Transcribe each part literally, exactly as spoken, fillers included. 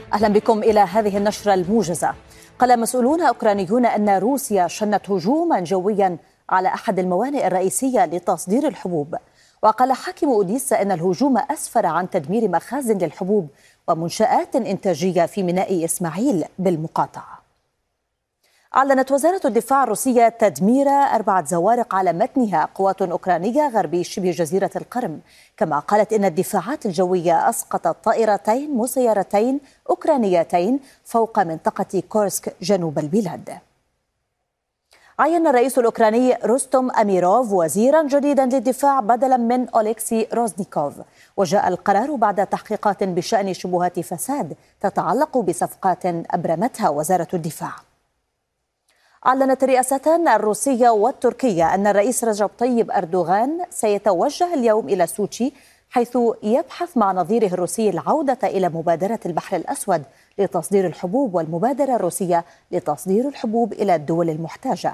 أهلا بكم إلى هذه النشرة الموجزة. قال مسؤولون أوكرانيون أن روسيا شنت هجوما جويا على أحد الموانئ الرئيسية لتصدير الحبوب. وقال حاكم أوديسا أن الهجوم أسفر عن تدمير مخازن للحبوب ومنشآت إنتاجية في ميناء إسماعيل بالمقاطعة. أعلنت وزارة الدفاع الروسية تدمير أربعة زوارق على متنها قوات أوكرانية غربي شبه جزيرة القرم، كما قالت إن الدفاعات الجوية أسقطت طائرتين مسيرتين أوكرانيتين فوق منطقة كورسك جنوب البلاد. عين الرئيس الأوكراني روستوم أميروف وزيرا جديدا للدفاع بدلا من أوليكسي روزنيكوف، وجاء القرار بعد تحقيقات بشأن شبهات فساد تتعلق بصفقات أبرمتها وزارة الدفاع. أعلنت الرئاستان الروسية والتركية أن الرئيس رجب طيب أردوغان سيتوجه اليوم إلى سوتشي، حيث يبحث مع نظيره الروسي العودة إلى مبادرة البحر الأسود لتصدير الحبوب والمبادرة الروسية لتصدير الحبوب إلى الدول المحتاجة.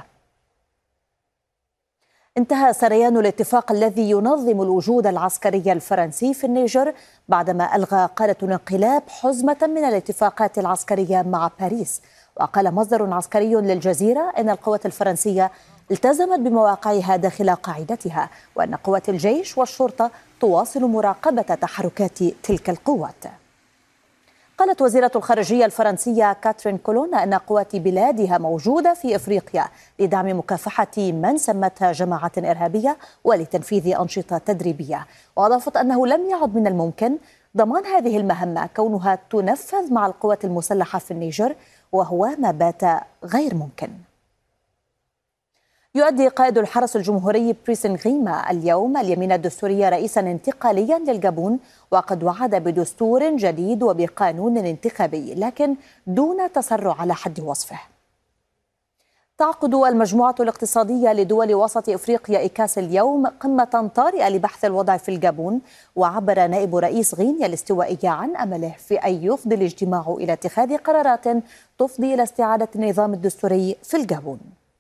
انتهى سريان الاتفاق الذي ينظم الوجود العسكري الفرنسي في النيجر بعدما ألغى قادة الانقلاب حزمة من الاتفاقات العسكرية مع باريس. وقال مصدر عسكري للجزيرة إن القوات الفرنسية التزمت بمواقعها داخل قاعدتها، وأن قوات الجيش والشرطة تواصل مراقبة تحركات تلك القوات. قالت وزيرة الخارجية الفرنسية كاترين كولونا أن قوات بلادها موجودة في إفريقيا لدعم مكافحة من سمتها جماعات إرهابية ولتنفيذ أنشطة تدريبية، وأضافت أنه لم يعد من الممكن ضمان هذه المهمة كونها تنفذ مع القوات المسلحة في النيجر، وهو ما بات غير ممكن. يؤدي قائد الحرس الجمهوري بريسن غيما اليوم اليمين الدستورية رئيسا انتقاليا للجابون، وقد وعد بدستور جديد وبقانون انتخابي، لكن دون تسرع على حد وصفه. تعقد المجموعة الاقتصادية لدول وسط إفريقيا إيكاس اليوم قمة طارئة لبحث الوضع في الجابون، وعبر نائب رئيس غينيا الاستوائية عن أمله في أن يفضي الاجتماع إلى اتخاذ قرارات تفضي إلى استعادة النظام الدستوري في الجابون.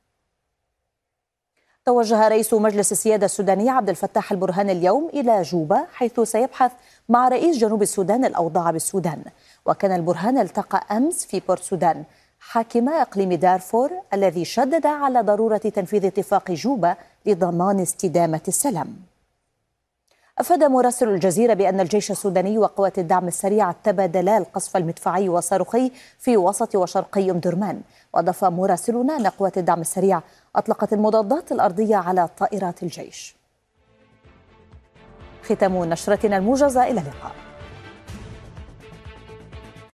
توجه رئيس مجلس السيادة السوداني عبد الفتاح البرهان اليوم إلى جوبا، حيث سيبحث مع رئيس جنوب السودان الأوضاع بالسودان. وكان البرهان التقى أمس في بورت سودان حاكم إقليم دارفور الذي شدد على ضرورة تنفيذ اتفاق جوبا لضمان استدامة السلام. أفاد مراسل الجزيرة بأن الجيش السوداني وقوات الدعم السريع تبادلا القصف المدفعي والصاروخي في وسط وشرقي أم درمان. وأضاف مراسلنا أن قوات الدعم السريع أطلقت المضادات الأرضية على طائرات الجيش. ختام نشرتنا الموجزة، إلى اللقاء.